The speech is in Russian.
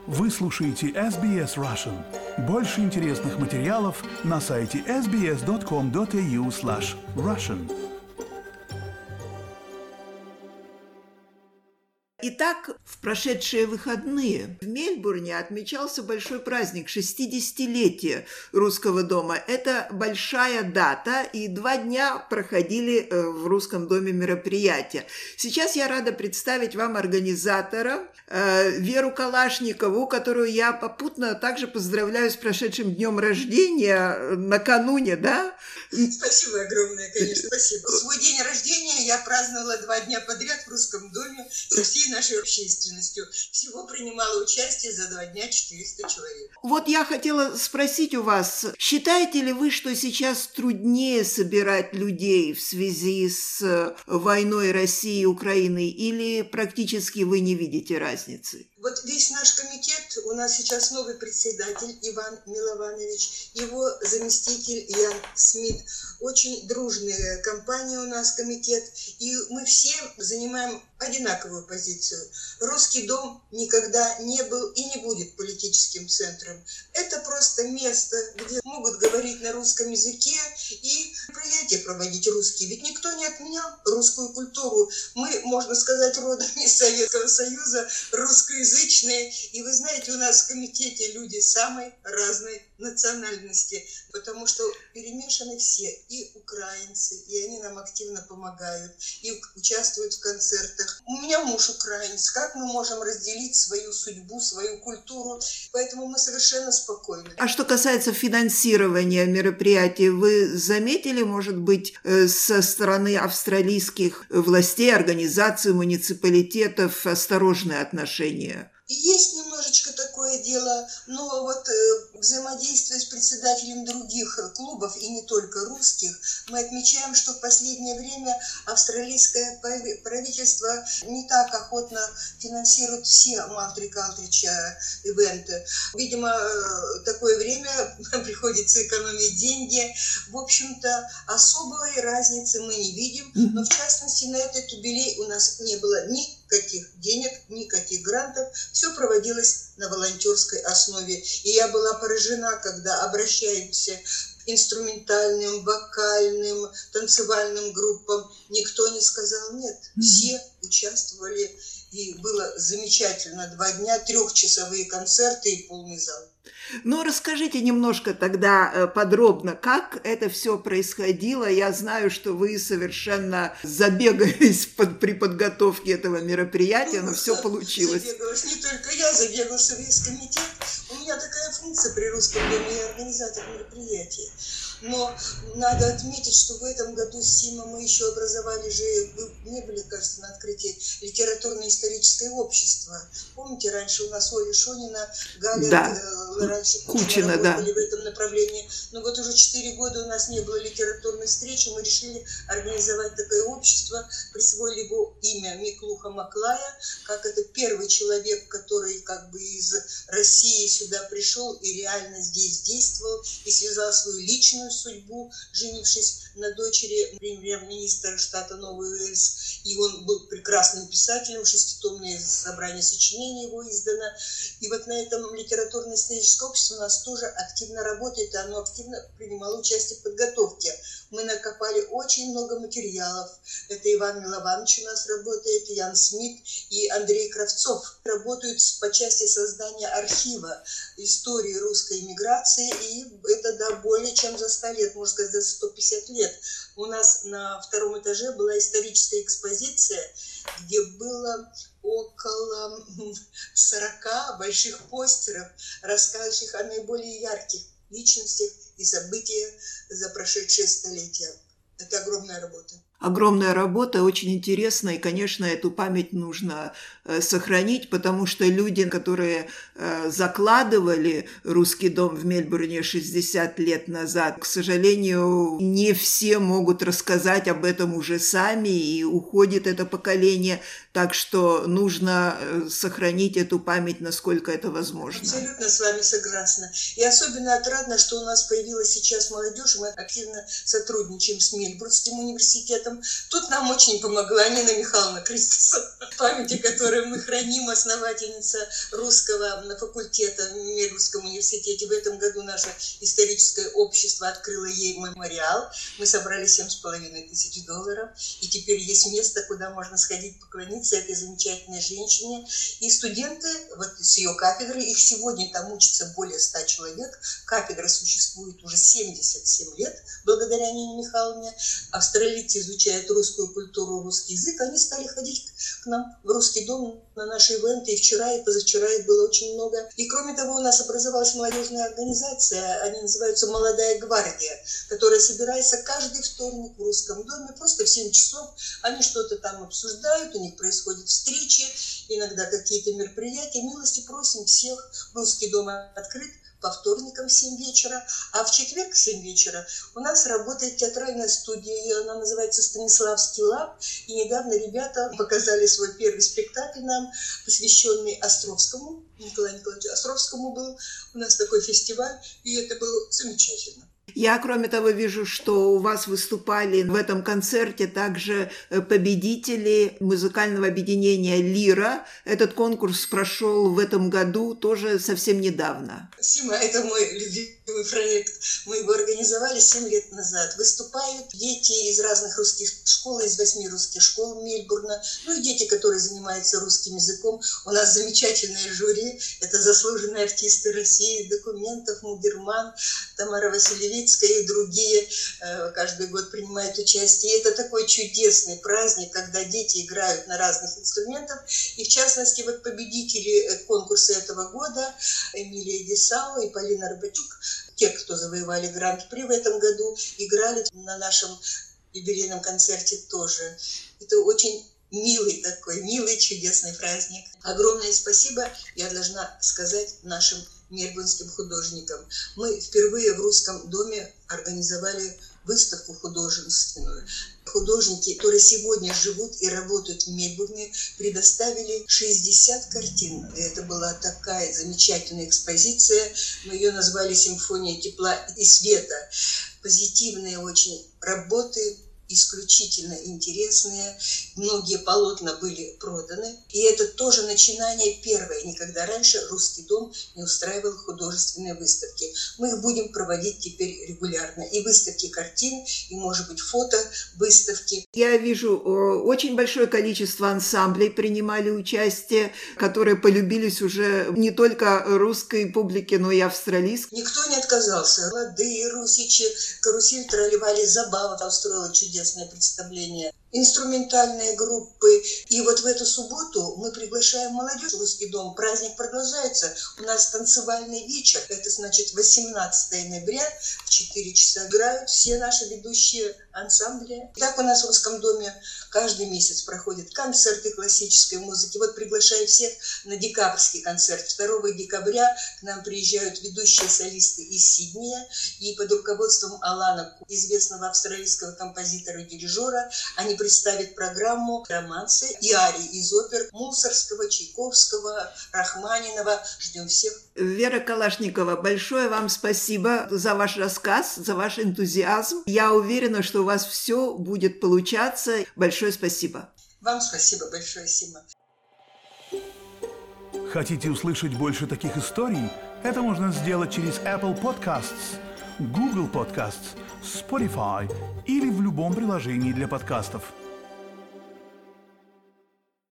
Вы слушаете SBS Russian. Больше интересных материалов на сайте sbs.com.au/russian. Итак, в прошедшие выходные в Мельбурне отмечался большой праздник 60-летия Русского дома. Это большая дата, и 2 дня проходили в Русском доме мероприятия. Сейчас я рада представить вам организатора Веру Калашникову, которую я попутно также поздравляю с прошедшим днем рождения накануне, да? Спасибо огромное, конечно, спасибо. Свой день рождения я праздновала 2 дня подряд в Русском доме со всей нашей общественностью. Всего принимало участие за 2 дня 400 человек. Вот я хотела спросить у вас, считаете ли вы, что сейчас труднее собирать людей в связи с войной России и Украины, или практически вы не видите разницы? Вот весь наш комитет, у нас сейчас новый председатель Иван Милованович, его заместитель Ян Смит. Очень дружная компания у нас комитет, и мы все занимаем одинаковую позицию. Русский дом никогда не был и не будет политическим центром. Это просто место, где могут говорить на русском языке и мероприятия проводить русские. Ведь никто не отменял русскую культуру. Мы, можно сказать, родом из Советского Союза, русскоязычные. И вы знаете, у нас в комитете люди самой разной национальности, потому что перемешаны все, и украинцы, и они нам активно помогают, и участвуют в концертах. У меня муж украинец, как мы можем разделить свою судьбу, свою культуру, поэтому мы совершенно спокойны. А что касается финансирования мероприятий, вы заметили, может быть, со стороны австралийских властей, организаций, муниципалитетов осторожное отношение? Есть немножечко такое дело, но вот взаимодействуя с председателем других клубов, и не только русских, мы отмечаем, что в последнее время австралийское правительство не так охотно финансирует все малтри-калтрича ивенты. Видимо, такое время приходится экономить деньги. В общем-то, особой разницы мы не видим, но в частности на этот юбилей у нас не было никаких денег, никаких грантов. Все проводилось на волонтерской основе. И я была поражена, когда обращаемся к инструментальным, вокальным, танцевальным группам. Никто не сказал нет. Все участвовали. И было замечательно. 2 дня, 3-часовые концерты и полный зал. Ну, расскажите немножко тогда подробно, как это все происходило. Я знаю, что вы совершенно забегались при подготовке этого мероприятия, но все получилось. Забегалась не только я, забегался весь комитет. У меня такая функция при Русском доме, я организатор мероприятий. Но надо отметить, что в этом году с Сима мы еще образовали же, вы не были, кажется, на открытии литературно-историческое общество. Помните, раньше у нас Оля Шонина, Галя, раньше Кучина работали в этом направлении. Но вот уже 4 года у нас не было литературной встречи, мы решили организовать такое общество, присвоили его имя Миклуха Маклая, как это первый человек, который как бы из России сюда пришел и реально здесь действовал, и связал свою личную судьбу, женившись на дочери премьер-министра штата Новый Уэльс. И он был прекрасным писателем, 6-томное собрание сочинений его издано. И вот на этом литературно-историческое общество у нас тоже активно работает, и оно активно принимало участие в подготовке. Мы накопали очень много материалов. Это Иван Милованович у нас работает, Ян Смит и Андрей Кравцов. Работают по части создания архива истории русской эмиграции, и это более чем за 100 лет, можно сказать, за 150 лет. У нас на 2-м этаже была историческая экспозиция, где было около 40 больших постеров, рассказывающих о наиболее ярких личностях и событиях за прошедшие столетия. Это огромная работа. Огромная работа, очень интересная, и, конечно, эту память нужно сохранить, потому что люди, которые закладывали Русский дом в Мельбурне 60 лет назад, к сожалению, не все могут рассказать об этом уже сами, и уходит это поколение, так что нужно сохранить эту память, насколько это возможно. Абсолютно с вами согласна. И особенно отрадно, что у нас появилась сейчас молодежь, мы активно сотрудничаем с Мельбурнским университетом, студентам. Тут нам очень помогла Нина Михайловна Кристосова, памяти которой мы храним, основательница русского факультета в Мельбурнском университете. В этом году наше историческое общество открыло ей мемориал. Мы собрали $7,500, и теперь есть место, куда можно сходить поклониться этой замечательной женщине. И студенты вот с ее кафедры, их сегодня там учатся более 100 человек. Кафедра существует уже 77 лет благодаря Нине Михайловне. Австралийцы изучают русскую культуру, русский язык. Они стали ходить к нам в русский дом на наши ивенты. И вчера, и позавчера их было очень много. И кроме того, у нас образовалась молодежная организация. Они называются «Молодая гвардия», которая собирается каждый вторник в русском доме. Просто в 7 часов они что-то там обсуждают, у них происходят встречи, иногда какие-то мероприятия. Милости просим всех. Русский дом открыт по вторникам в 7 вечера, а в четверг в 7 вечера у нас работает театральная студия, она называется «Станиславский лаб», и недавно ребята показали свой первый спектакль нам, посвященный Островскому, Николаю Николаевичу Островскому был у нас такой фестиваль, и это было замечательно. Я, кроме того, вижу, что у вас выступали в этом концерте также победители музыкального объединения «Лира». Этот конкурс прошел в этом году, тоже совсем недавно. Сима, это мой любимый проект. Мы его организовали 7 лет назад. Выступают дети из разных русских школ, из 8 русских школ Мельбурна, ну и дети, которые занимаются русским языком. У нас замечательное жюри. Это заслуженные артисты России, Документов, Мугерман, Тамара Васильевицкая и другие каждый год принимают участие. И это такой чудесный праздник, когда дети играют на разных инструментах. И в частности, вот победители конкурса этого года Эмилия Десау и Полина Рыбачук, те, кто завоевали гран-при в этом году, играли на нашем юбилейном концерте тоже. Это очень милый, чудесный праздник. Огромное спасибо я должна сказать нашим мельбурнским художникам. Мы впервые в русском доме организовали выставку художественную. Художники, которые сегодня живут и работают в Мельбурне, предоставили 60 картин. И это была такая замечательная экспозиция. Мы ее назвали «Симфония тепла и света». Позитивные очень работы, исключительно интересные. Многие полотна были проданы. И это тоже начинание первое. Никогда раньше русский дом не устраивал художественные выставки. Мы их будем проводить теперь регулярно. И выставки картин, и, может быть, фото-выставки. Я вижу, очень большое количество ансамблей принимали участие, которые полюбились уже не только русской публике, но и австралийской. Никто не отказался. Лады, русичи, карусель, тролливали, забава устроила чудесное представление. Инструментальные группы. И вот в эту субботу мы приглашаем молодежь в русский дом. Праздник продолжается. У нас танцевальный вечер. Это значит 18 ноября в 4 часа играют все наши ведущие ансамбли. Так у нас в русском доме каждый месяц проходят концерты классической музыки. Вот приглашаю всех на декабрьский концерт. 2 декабря к нам приезжают ведущие солисты из Сиднея. И под руководством Алана, известного австралийского композитора и дирижера, они представят программу романсы и арии из опер Мусоргского, Чайковского, Рахманинова. Ждем всех. Вера Калашникова, большое вам спасибо за ваш рассказ, за ваш энтузиазм. Я уверена, что у вас все будет получаться. Большое спасибо. Вам спасибо большое, Сима. Хотите услышать больше таких историй? Это можно сделать через Apple Podcasts, Google Podcasts, Spotify или в любом приложении для подкастов.